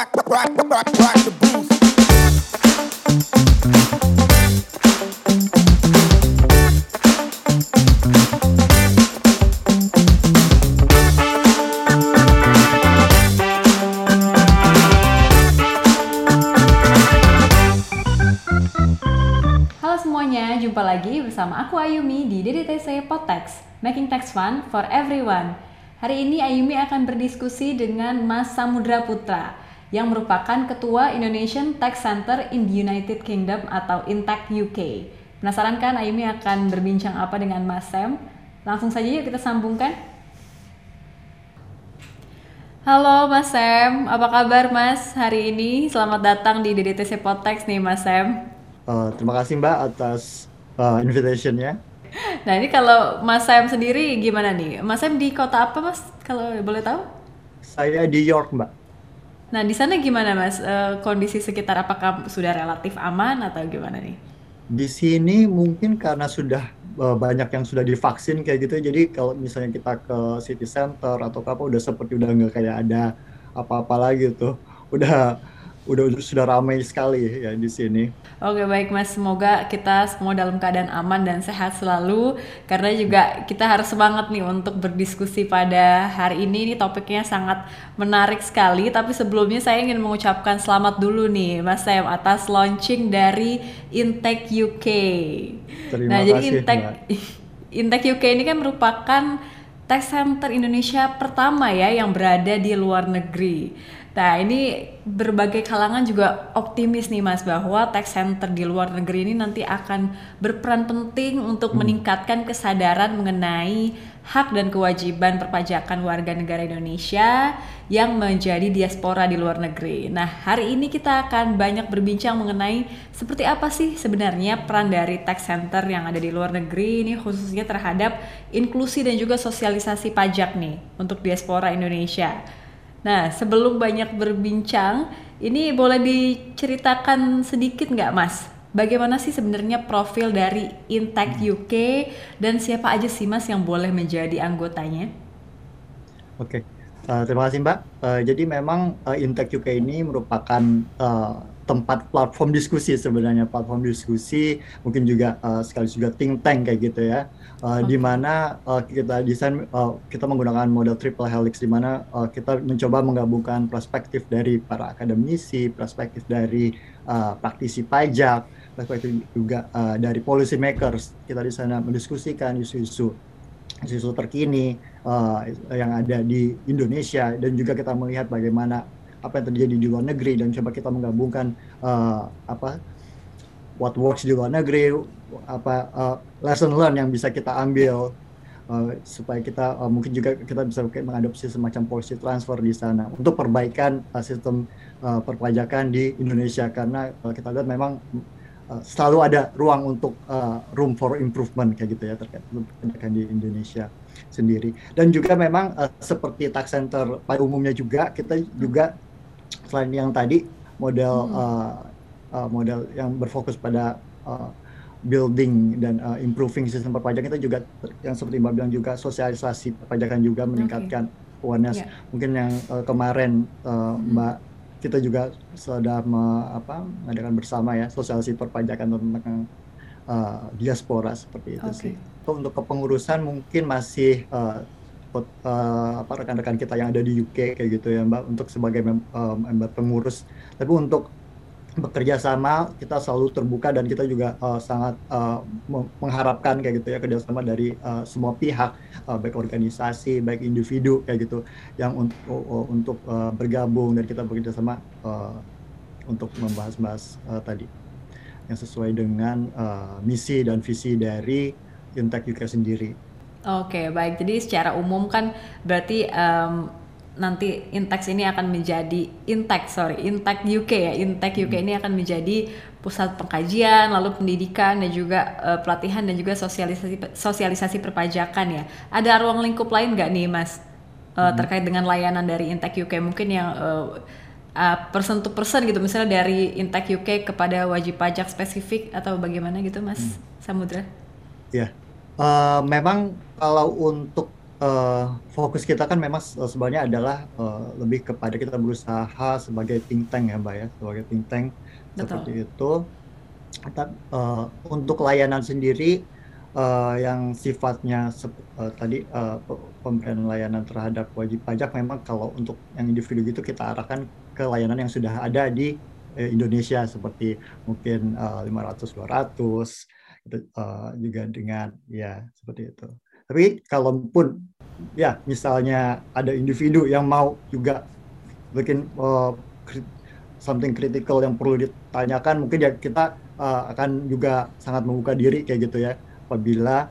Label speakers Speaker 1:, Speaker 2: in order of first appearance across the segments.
Speaker 1: rock the booth.
Speaker 2: Halo semuanya, jumpa lagi bersama aku Ayumi di DDTC Podtext, Making Text Fun for Everyone. Hari ini Ayumi akan berdiskusi dengan Mas Samudra Putra yang merupakan Ketua Indonesian Tech Center in the United Kingdom atau INTEC UK. Penasaran kan Ayumi akan berbincang apa dengan Mas Sam? Langsung saja yuk kita sambungkan. Halo Mas Sam, apa kabar Mas hari ini? Selamat datang di DDTC Podtext nih Mas Sam.
Speaker 3: Terima kasih Mbak atas invitation-nya.
Speaker 2: Nah ini kalau Mas Sam sendiri gimana nih? Mas Sam di kota apa Mas? Kalau boleh tahu?
Speaker 3: Saya di York Mbak.
Speaker 2: Nah di sana gimana Mas? Kondisi sekitar apakah sudah relatif aman atau gimana nih?
Speaker 3: Di sini mungkin karena sudah banyak yang sudah divaksin kayak gitu, jadi kalau misalnya kita ke city center atau apa udah seperti udah nggak kayak ada apa-apa lagi tuh. Udah sudah ramai sekali ya di sini.
Speaker 2: Oke baik Mas, semoga kita semua dalam keadaan aman dan sehat selalu. Karena juga kita harus semangat nih untuk berdiskusi pada hari ini. Ini topiknya sangat menarik sekali. Tapi sebelumnya saya ingin mengucapkan selamat dulu nih Mas Sam atas launching dari INTEC UK.
Speaker 3: Terima
Speaker 2: Jadi
Speaker 3: kasih,
Speaker 2: INTEC UK ini kan merupakan tech center Indonesia pertama ya yang berada di luar negeri. Nah ini berbagai kalangan juga optimis nih Mas bahwa tech center di luar negeri ini nanti akan berperan penting untuk meningkatkan kesadaran mengenai hak dan kewajiban perpajakan warga negara Indonesia yang menjadi diaspora di luar negeri. Nah hari ini kita akan banyak berbincang mengenai seperti apa sih sebenarnya peran dari tech center yang ada di luar negeri ini khususnya terhadap inklusi dan juga sosialisasi pajak nih untuk diaspora Indonesia. Nah, sebelum banyak berbincang, ini boleh diceritakan sedikit nggak Mas? Bagaimana sih sebenarnya profil dari INTEC UK dan siapa aja sih Mas yang boleh menjadi anggotanya?
Speaker 3: Oke, terima kasih Mbak. Jadi memang INTEC UK ini merupakan tempat platform diskusi sebenarnya, platform diskusi mungkin juga sekaligus juga think tank kayak gitu ya, di mana kita desain kita menggunakan model triple helix di mana kita mencoba menggabungkan perspektif dari para akademisi, perspektif dari praktisi pajak, perspektif juga dari policy makers. Kita di sana mendiskusikan isu-isu terkini yang ada di Indonesia dan juga kita melihat bagaimana apa yang terjadi di luar negeri dan coba kita menggabungkan what works di luar negeri, lesson learn yang bisa kita ambil supaya kita mungkin juga kita bisa mengadopsi semacam policy transfer di sana untuk perbaikan sistem perpajakan di Indonesia karena kita lihat memang selalu ada ruang untuk room for improvement kayak gitu ya terkait perpajakan di Indonesia sendiri. Dan juga memang seperti tax center pada umumnya juga kita juga selain yang tadi model yang berfokus pada building dan improving sistem perpajakan, kita juga yang seperti Mbak bilang juga sosialisasi perpajakan juga meningkatkan awareness. Mungkin yang kemarin Mbak kita juga sudah mengadakan bersama ya sosialisasi perpajakan tentang diaspora seperti itu sih. Untuk kepengurusan mungkin masih rekan-rekan kita yang ada di UK kayak gitu ya Mbak untuk sebagai member pengurus. Tapi untuk bekerja sama kita selalu terbuka dan kita juga sangat mengharapkan kayak gitu ya kerjasama dari semua pihak, baik organisasi, baik individu kayak gitu yang untuk bergabung dan kita bekerja sama untuk membahas tadi yang sesuai dengan misi dan visi dari INTEC UK sendiri.
Speaker 2: Oke, baik. Jadi secara umum kan berarti nanti INTEC ini akan menjadi INTEC UK ya. INTEC UK ini akan menjadi pusat pengkajian, lalu pendidikan dan juga pelatihan dan juga sosialisasi perpajakan ya. Ada ruang lingkup lain nggak nih Mas terkait dengan layanan dari INTEC UK mungkin yang person to person gitu, misalnya dari INTEC UK kepada wajib pajak spesifik atau bagaimana gitu Mas Samudra?
Speaker 3: Ya. Memang kalau untuk fokus kita kan memang sebenarnya adalah lebih kepada kita berusaha sebagai think tank ya Mbak ya, sebagai think tank
Speaker 2: Betul.
Speaker 3: seperti itu. Untuk layanan sendiri yang sifatnya tadi pemberian layanan terhadap wajib pajak, memang kalau untuk yang individu gitu kita arahkan ke layanan yang sudah ada di Indonesia seperti mungkin 500 200 gitu, juga dengan ya seperti itu. Tapi kalaupun ya misalnya ada individu yang mau juga bikin something critical yang perlu ditanyakan, mungkin ya kita akan juga sangat membuka diri kayak gitu ya apabila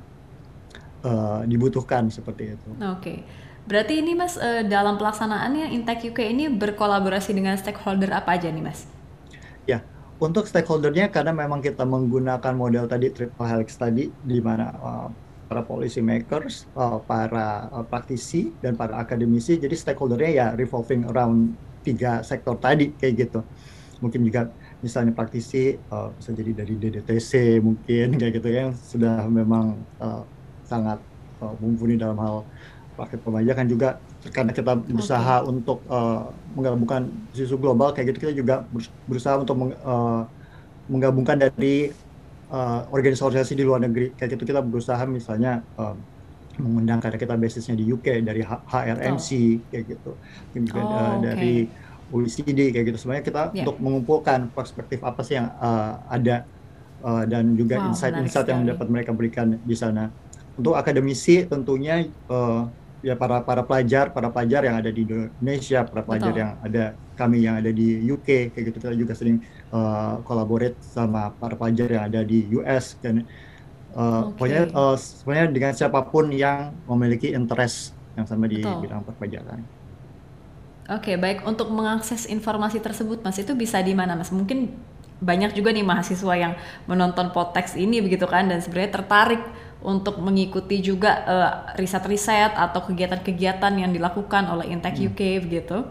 Speaker 3: dibutuhkan seperti itu.
Speaker 2: Oke. Berarti ini Mas, dalam pelaksanaannya Intech UK ini berkolaborasi dengan stakeholder apa aja nih Mas?
Speaker 3: Ya, untuk stakeholdernya karena memang kita menggunakan model tadi triple helix tadi, di mana para policy makers, para praktisi dan para akademisi, jadi stakeholdernya ya revolving around 3 sektor tadi kayak gitu. Mungkin juga misalnya praktisi bisa jadi dari DDTC mungkin kayak gitu ya, yang sudah memang sangat mumpuni dalam hal praktek perpajakan juga, karena kita berusaha
Speaker 2: Oke.
Speaker 3: untuk menggabungkan isu global kayak gitu, kita juga berusaha untuk menggabungkan dari organisasi di luar negeri kayak gitu. Kita berusaha misalnya mengundang, karena kita basisnya di UK, dari
Speaker 2: Betul.
Speaker 3: HRMC kayak gitu, mungkin juga
Speaker 2: Oh,
Speaker 3: dari
Speaker 2: oke.
Speaker 3: OECD kayak gitu. Sebenarnya kita
Speaker 2: Ya.
Speaker 3: untuk mengumpulkan perspektif apa sih yang ada dan juga
Speaker 2: Wow, menarik
Speaker 3: insight-insight yang
Speaker 2: sekali.
Speaker 3: dapat mereka berikan di sana. Untuk akademisi tentunya ya para pelajar yang ada di Indonesia, para pelajar
Speaker 2: Betul.
Speaker 3: yang ada kami yang ada di UK kayak gitu, kita juga sering collaborate sama para pelajar yang ada di US dan pokoknya
Speaker 2: Oke.
Speaker 3: sebenarnya dengan siapapun yang memiliki interest yang sama di
Speaker 2: Betul.
Speaker 3: bidang perpajakan.
Speaker 2: Oke, baik. Untuk mengakses informasi tersebut, Mas, itu bisa di mana, Mas? Mungkin banyak juga nih mahasiswa yang menonton podcast ini begitu kan, dan sebenarnya tertarik untuk mengikuti juga riset-riset atau kegiatan-kegiatan yang dilakukan oleh Intech
Speaker 3: Hmm.
Speaker 2: UK begitu.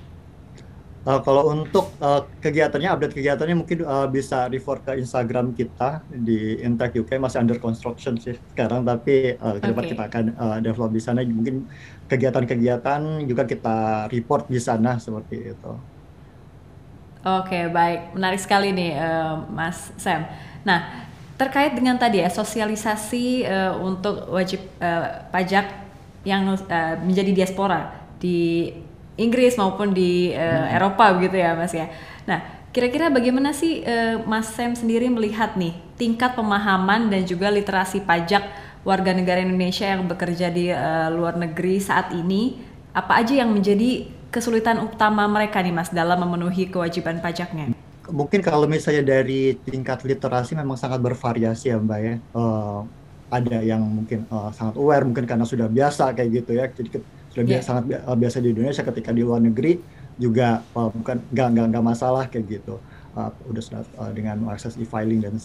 Speaker 3: Kalau untuk kegiatannya, update kegiatannya mungkin bisa refer ke Instagram kita di Intech UK, masih under construction sih sekarang, tapi ke depan kita
Speaker 2: Oke.
Speaker 3: akan develop di sana. Mungkin kegiatan-kegiatan juga kita report di sana seperti itu.
Speaker 2: Oke, baik. Menarik sekali nih, Mas Sam. Nah, terkait dengan tadi ya, sosialisasi untuk wajib pajak yang menjadi diaspora di Inggris maupun di
Speaker 3: Mm-mm.
Speaker 2: Eropa begitu ya, Mas ya. Nah, kira-kira bagaimana sih Mas Sam sendiri melihat nih tingkat pemahaman dan juga literasi pajak warga negara Indonesia yang bekerja di luar negeri saat ini? Apa aja yang menjadi kesulitan utama mereka nih Mas dalam memenuhi kewajiban pajaknya?
Speaker 3: Mungkin kalau misalnya dari tingkat literasi memang sangat bervariasi ya Mbak ya. Ada yang mungkin sangat aware mungkin karena sudah biasa kayak gitu ya. Jadi sudah
Speaker 2: Ya,
Speaker 3: sangat biasa di Indonesia, ketika di luar negeri juga bukan nggak masalah kayak gitu. Udah sudah dengan akses e-filing dan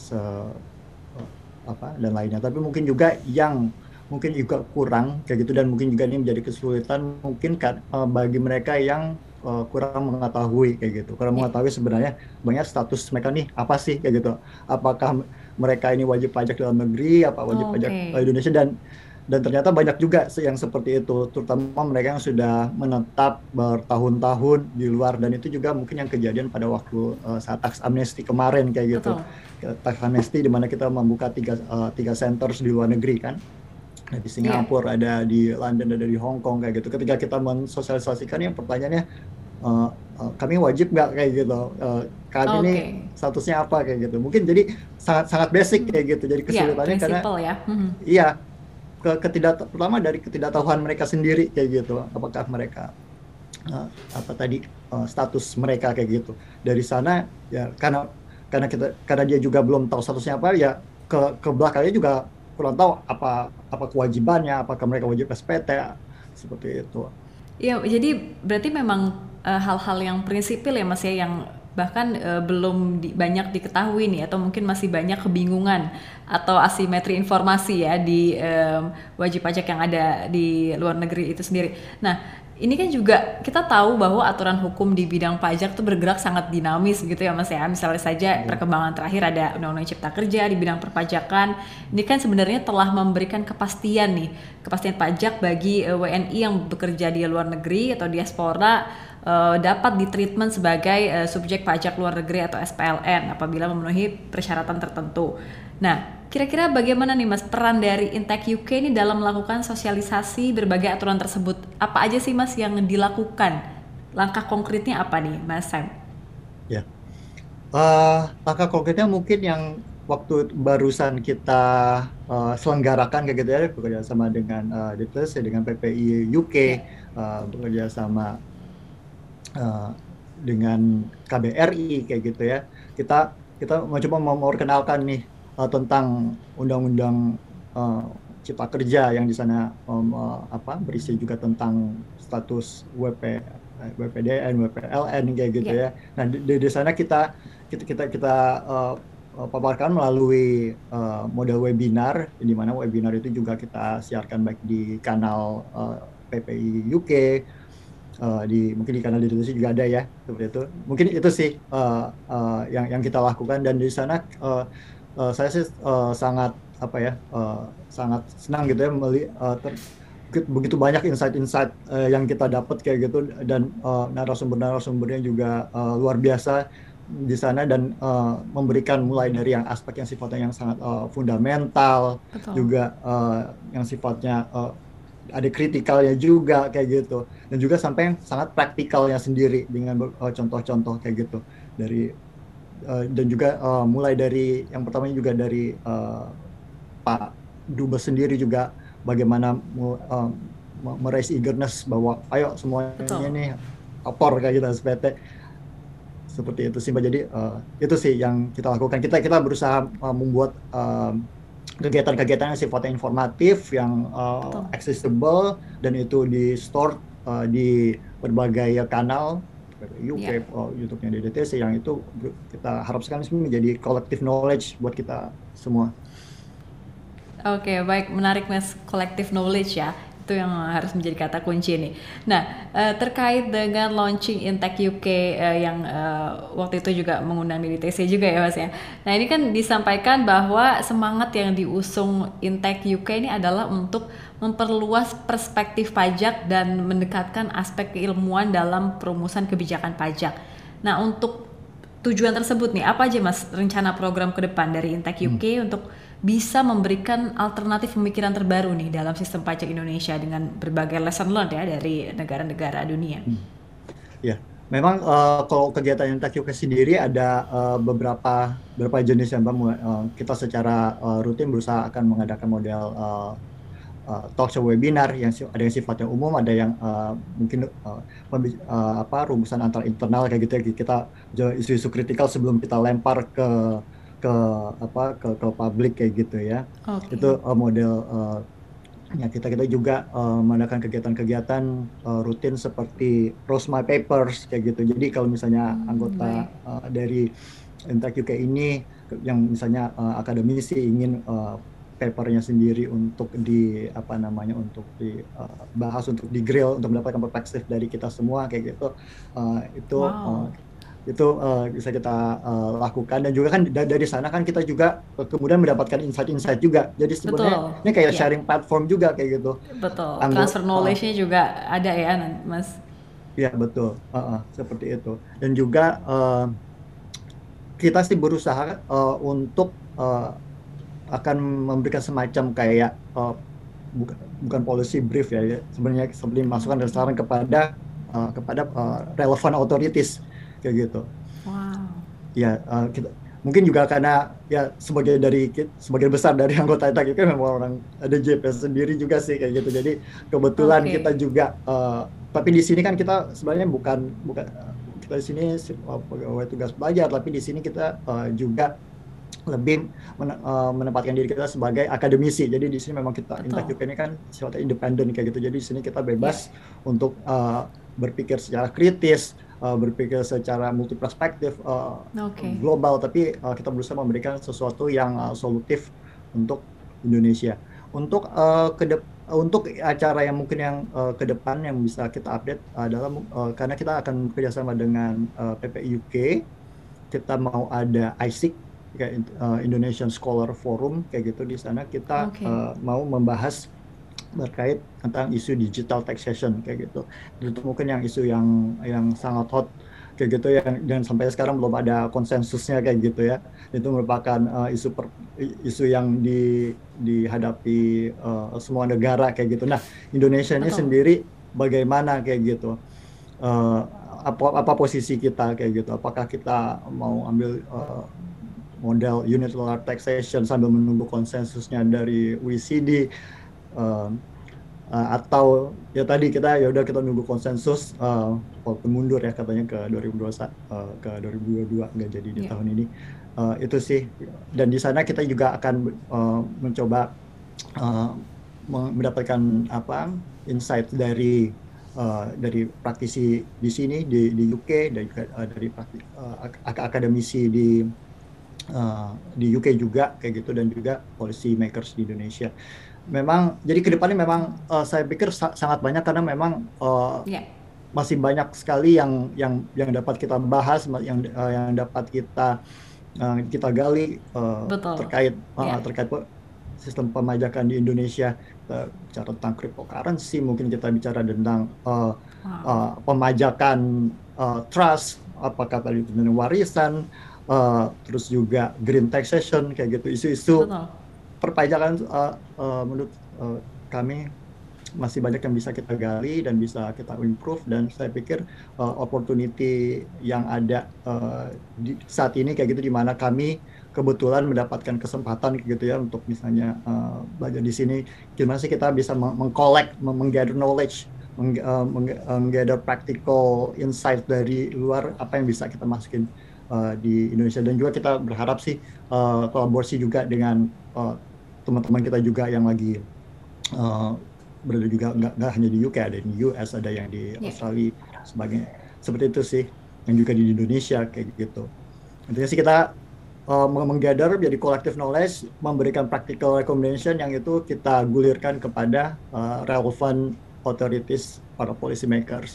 Speaker 3: apa dan lainnya. Tapi mungkin juga yang mungkin juga kurang kayak gitu, dan mungkin juga ini menjadi kesulitan mungkin kan bagi mereka yang kurang mengetahui kayak gitu, kurang
Speaker 2: ya.
Speaker 3: mengetahui sebenarnya banyak status mereka nih apa sih kayak gitu, apakah mereka ini wajib pajak dalam negeri, apa wajib pajak
Speaker 2: Oke.
Speaker 3: Indonesia, dan ternyata banyak juga yang seperti itu, terutama mereka yang sudah menetap bertahun-tahun di luar, dan itu juga mungkin yang kejadian pada waktu saat tax amnesty kemarin kayak gitu.
Speaker 2: Betul.
Speaker 3: Tax amnesty di mana kita membuka tiga centers di luar negeri kan, ada di
Speaker 2: Iya.
Speaker 3: Singapura, ada di London, ada di Hong Kong kayak gitu. Ketika kita mensosialisasikan, yang pertanyaannya kami wajib nggak kayak gitu, kami ini
Speaker 2: Oke.
Speaker 3: statusnya apa kayak gitu. Mungkin jadi sangat sangat basic kayak gitu. Jadi
Speaker 2: Iya,
Speaker 3: kesulitannya karena
Speaker 2: prinsipal ya. Mhm.
Speaker 3: iya, pertama dari ketidaktahuan mereka sendiri kayak gitu. Apakah mereka apa tadi status mereka kayak gitu. Dari sana ya, karena dia juga belum tahu statusnya apa ya, ke belakangnya juga kurang tahu apa kewajibannya, apakah mereka wajib SPT seperti itu.
Speaker 2: Iya, jadi berarti memang hal-hal yang prinsipil ya Mas ya, yang bahkan belum banyak diketahui nih, atau mungkin masih banyak kebingungan atau asimetri informasi ya di wajib pajak yang ada di luar negeri itu sendiri. Nah, ini kan juga kita tahu bahwa aturan hukum di bidang pajak tuh bergerak sangat dinamis gitu ya Mas ya. Misalnya saja
Speaker 3: Ya.
Speaker 2: perkembangan terakhir ada Undang-Undang Cipta Kerja di bidang perpajakan. Ini kan sebenarnya telah memberikan kepastian nih, kepastian pajak bagi WNI yang bekerja di luar negeri atau diaspora dapat ditreatment sebagai subjek pajak luar negeri atau SPLN apabila memenuhi persyaratan tertentu. Nah, kira-kira bagaimana nih Mas peran dari Intech UK ini dalam melakukan sosialisasi berbagai aturan tersebut? Apa aja sih Mas yang dilakukan? Langkah konkretnya apa nih Mas Sam?
Speaker 3: Ya. Langkah konkretnya mungkin yang waktu barusan kita selenggarakan kayak gitu ya, bekerja sama dengan DTS, dengan PPI UK,
Speaker 2: Ya,
Speaker 3: bekerja sama uh, dengan KBRI kayak gitu ya. Kita kita mencoba memperkenalkan nih tentang undang-undang uh, Cipta Kerja yang di sana berisi juga tentang status WPDN, WPLN kayak gitu
Speaker 2: ya,
Speaker 3: ya. Nah di sana kita paparkan melalui model webinar, di mana webinar itu juga kita siarkan baik di kanal PPI UK, mungkin di kanal di Indonesia juga ada ya seperti itu. Mungkin itu sih yang kita lakukan, dan di sana saya sih sangat apa ya sangat senang gitu ya begitu banyak insight-insight yang kita dapat kayak gitu, dan narasumber-narasumbernya juga luar biasa di sana, dan memberikan mulai dari yang aspek yang sifatnya yang sangat fundamental,
Speaker 2: betul.
Speaker 3: juga yang sifatnya ada kritikalnya juga kayak gitu, dan juga sampai yang sangat praktikalnya sendiri dengan contoh-contoh kayak gitu dari dan juga mulai dari yang pertamanya juga dari Pak Dubes sendiri juga bagaimana meraise eagerness bahwa ayo semuanya
Speaker 2: Betul.
Speaker 3: nih lapor kayak gitu SPT, seperti itu sih Mbak. Jadi itu sih yang kita lakukan. Kita berusaha membuat kegiatan-kegiatan yang sifatnya informatif, yang
Speaker 2: Betul.
Speaker 3: accessible, dan itu di store di berbagai kanal
Speaker 2: Ya.
Speaker 3: UK, YouTube-nya DDTC, yang itu kita harap sekali menjadi collective knowledge buat kita semua.
Speaker 2: Oke, baik, menarik Mas, collective knowledge ya. Itu yang harus menjadi kata kunci nih. Nah, terkait dengan launching Intech UK yang waktu itu juga mengundang di DTC juga ya Mas ya. Nah, ini kan disampaikan bahwa semangat yang diusung Intech UK ini adalah untuk memperluas perspektif pajak dan mendekatkan aspek keilmuan dalam perumusan kebijakan pajak. Nah, untuk tujuan tersebut nih, apa aja Mas rencana program ke depan dari Intech
Speaker 3: Hmm.
Speaker 2: UK untuk bisa memberikan alternatif pemikiran terbaru nih dalam sistem pajak Indonesia dengan berbagai lesson learned ya dari negara-negara dunia.
Speaker 3: Hmm. Ya, memang kalau kegiatan yang TechUK sendiri ada beberapa jenis yang kita secara rutin berusaha akan mengadakan model talk show webinar yang ada yang sifatnya umum, ada yang mungkin rumusan antar internal kayak gitu ya. Kita isu-isu kritikal sebelum kita lempar ke ke publik kayak gitu ya.
Speaker 2: Oke.
Speaker 3: Itu model ya, kita juga mengadakan kegiatan-kegiatan rutin seperti Roast My Papers kayak gitu. Jadi kalau misalnya anggota
Speaker 2: Baik.
Speaker 3: dari Intech UK ini yang misalnya akademisi ingin papernya sendiri untuk untuk dibahas, untuk di grill, untuk mendapatkan perspektif dari kita semua kayak gitu, uh, itu uh,
Speaker 2: Wow.
Speaker 3: bisa kita lakukan, dan juga kan dari sana kan kita juga kemudian mendapatkan insight-insight juga. Jadi sebenarnya
Speaker 2: Betul.
Speaker 3: ini kayak
Speaker 2: Ya,
Speaker 3: sharing platform juga kayak gitu.
Speaker 2: betul. Transfer
Speaker 3: Anggota
Speaker 2: knowledge-nya juga ada ya, Mas.
Speaker 3: Ya betul, seperti itu. Dan juga kita sih berusaha untuk akan memberikan semacam kayak bukan bukan policy brief ya, sebenarnya seperti masukan dan
Speaker 2: Oke.
Speaker 3: saran kepada relevant authorities kayak gitu.
Speaker 2: Wow.
Speaker 3: Ya kita mungkin juga karena ya sebagian besar dari anggota kita kan memang orang ada JPS sendiri juga sih kayak gitu. Jadi kebetulan kita
Speaker 2: Oke.
Speaker 3: juga tapi di sini kan kita sebenarnya bukan bukan kita di sini pegawai tugas belajar, tapi di sini kita juga lebih menempatkan diri kita sebagai akademisi. Jadi di sini memang kita Intech
Speaker 2: Betul.
Speaker 3: UK ini kan sifatnya independen kayak gitu. Jadi di sini kita
Speaker 2: Ya.
Speaker 3: bebas untuk berpikir secara kritis, berpikir secara multi perspektif,
Speaker 2: Oke.
Speaker 3: global, tapi kita berusaha memberikan sesuatu yang solutif untuk Indonesia. Untuk Untuk acara yang mungkin yang ke depan yang bisa kita update adalah karena kita akan kerjasama dengan PPI UK, kita mau ada ISIC kayak Indonesian Scholar Forum kayak gitu. Di sana kita
Speaker 2: Oke.
Speaker 3: mau membahas terkait tentang isu digital taxation kayak gitu. Itu mungkin yang isu yang sangat hot kayak gitu yang dan sampai sekarang belum ada konsensusnya kayak gitu ya. Itu merupakan isu yang dihadapi semua negara kayak gitu. Nah, Indonesia ini
Speaker 2: Betul.
Speaker 3: sendiri bagaimana kayak gitu? Eh, apa posisi kita kayak gitu? Apakah kita mau ambil model unilateral taxation sambil menunggu konsensusnya dari OECD? Atau ya tadi kita ya udah kita nunggu konsensus walaupun mundur ya katanya ke 2021 ke 2022 nggak jadi di
Speaker 2: Ya.
Speaker 3: tahun ini. Itu sih, dan di sana kita juga akan mencoba uh, mendapatkan apa insight dari praktisi di sini di UK dan juga dari akademisi di UK juga kayak gitu dan juga policy makers di Indonesia. Memang jadi kedepannya memang saya pikir sangat banyak karena memang
Speaker 2: Ya.
Speaker 3: masih banyak sekali yang dapat kita bahas, yang dapat kita gali
Speaker 2: Betul.
Speaker 3: terkait
Speaker 2: Ya.
Speaker 3: sistem pemajakan di Indonesia. Kita bicara tentang cryptocurrency, mungkin kita bicara tentang
Speaker 2: Wow.
Speaker 3: pemajakan trust, apakah tadi tentang warisan, terus juga green taxation kayak gitu, isu-isu
Speaker 2: Betul.
Speaker 3: perpajakan menurut kami masih banyak yang bisa kita gali dan bisa kita improve, dan saya pikir opportunity yang ada saat ini kayak gitu di mana kami kebetulan mendapatkan kesempatan gitu ya untuk misalnya belajar di sini, gimana sih kita bisa mengcollect, menggather knowledge, menggather practical insight dari luar, apa yang bisa kita masukin di Indonesia. Dan juga kita berharap sih kolaborasi juga dengan teman-teman kita juga yang lagi uh, berada juga nggak hanya di UK, ada di US, ada yang di
Speaker 2: Ya.
Speaker 3: Australia sebagai seperti itu sih, yang juga di Indonesia kayak gitu. Intinya sih kita menggather jadi collective knowledge, memberikan practical recommendation yang itu kita gulirkan kepada relevant authorities, para policy makers.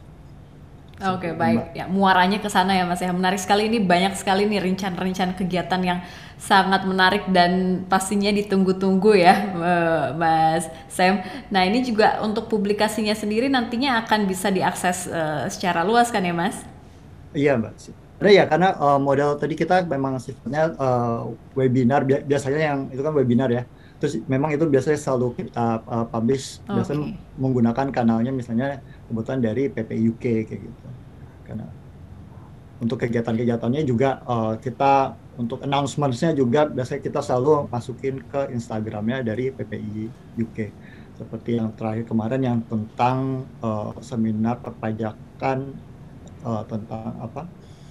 Speaker 2: Oke,
Speaker 3: Seperti itu, Mbak.
Speaker 2: baik. Ya, muaranya ke sana ya, Mas ya. Menarik sekali, ini banyak sekali nih rencana-rencana kegiatan yang sangat menarik dan pastinya ditunggu-tunggu ya, Mas Sam. Nah, ini juga untuk publikasinya sendiri nantinya akan bisa diakses secara luas kan ya, Mas?
Speaker 3: Iya, Mbak. Ada ya, karena model tadi kita memang sifatnya webinar, biasanya yang itu kan webinar ya. Terus memang itu biasanya selalu kita publish, biasanya
Speaker 2: Oke.
Speaker 3: menggunakan kanalnya misalnya kebetulan dari PPI UK kayak gitu. Karena untuk kegiatan-kegiatannya juga kita untuk announcements-nya juga biasanya kita selalu masukin ke Instagramnya dari PPI UK. Seperti yang terakhir kemarin yang tentang seminar perpajakan tentang apa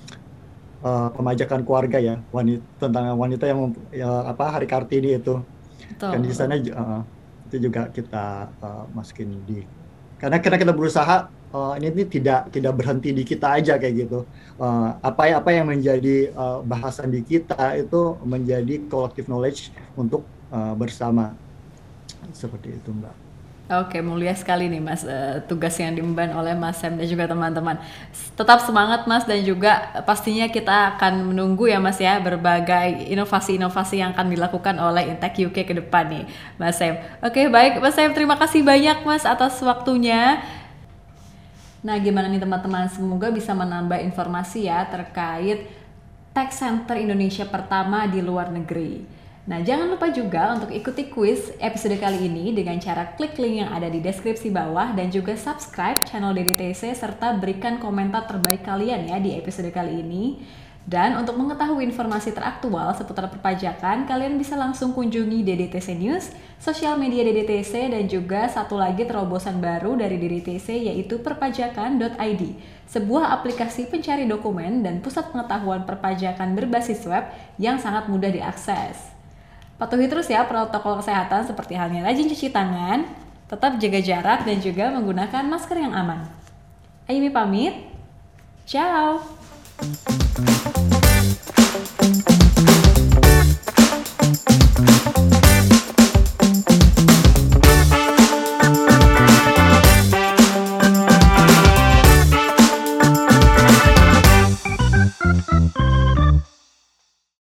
Speaker 3: pemajakan keluarga ya, tentang wanita yang Hari Kartini itu kan
Speaker 2: Betul,
Speaker 3: di
Speaker 2: betul.
Speaker 3: sana itu juga kita masukin karena kita berusaha ini tidak berhenti di kita aja kayak gitu. Apa yang menjadi bahasan di kita itu menjadi collective knowledge untuk bersama, seperti itu, Mbak.
Speaker 2: Oke, mulia sekali nih Mas, tugas yang diemban oleh Mas Sam dan juga teman-teman. Tetap semangat Mas, dan juga pastinya kita akan menunggu ya Mas ya berbagai inovasi-inovasi yang akan dilakukan oleh Intech UK ke depan nih Mas Sam. Oke, baik Mas Sam, terima kasih banyak Mas atas waktunya. Nah, gimana nih teman-teman? Semoga bisa menambah informasi ya terkait Tax Center Indonesia pertama di luar negeri. Nah, jangan lupa juga untuk ikuti quiz episode kali ini dengan cara klik link yang ada di deskripsi bawah dan juga subscribe channel DDTC serta berikan komentar terbaik kalian ya di episode kali ini. Dan untuk mengetahui informasi teraktual seputar perpajakan, kalian bisa langsung kunjungi DDTC News, sosial media DDTC, dan juga satu lagi terobosan baru dari DDTC yaitu perpajakan.id, sebuah aplikasi pencari dokumen dan pusat pengetahuan perpajakan berbasis web yang sangat mudah diakses. Patuhi terus ya protokol kesehatan seperti halnya rajin cuci tangan, tetap jaga jarak, dan juga menggunakan masker yang aman. Ayumi pamit, ciao!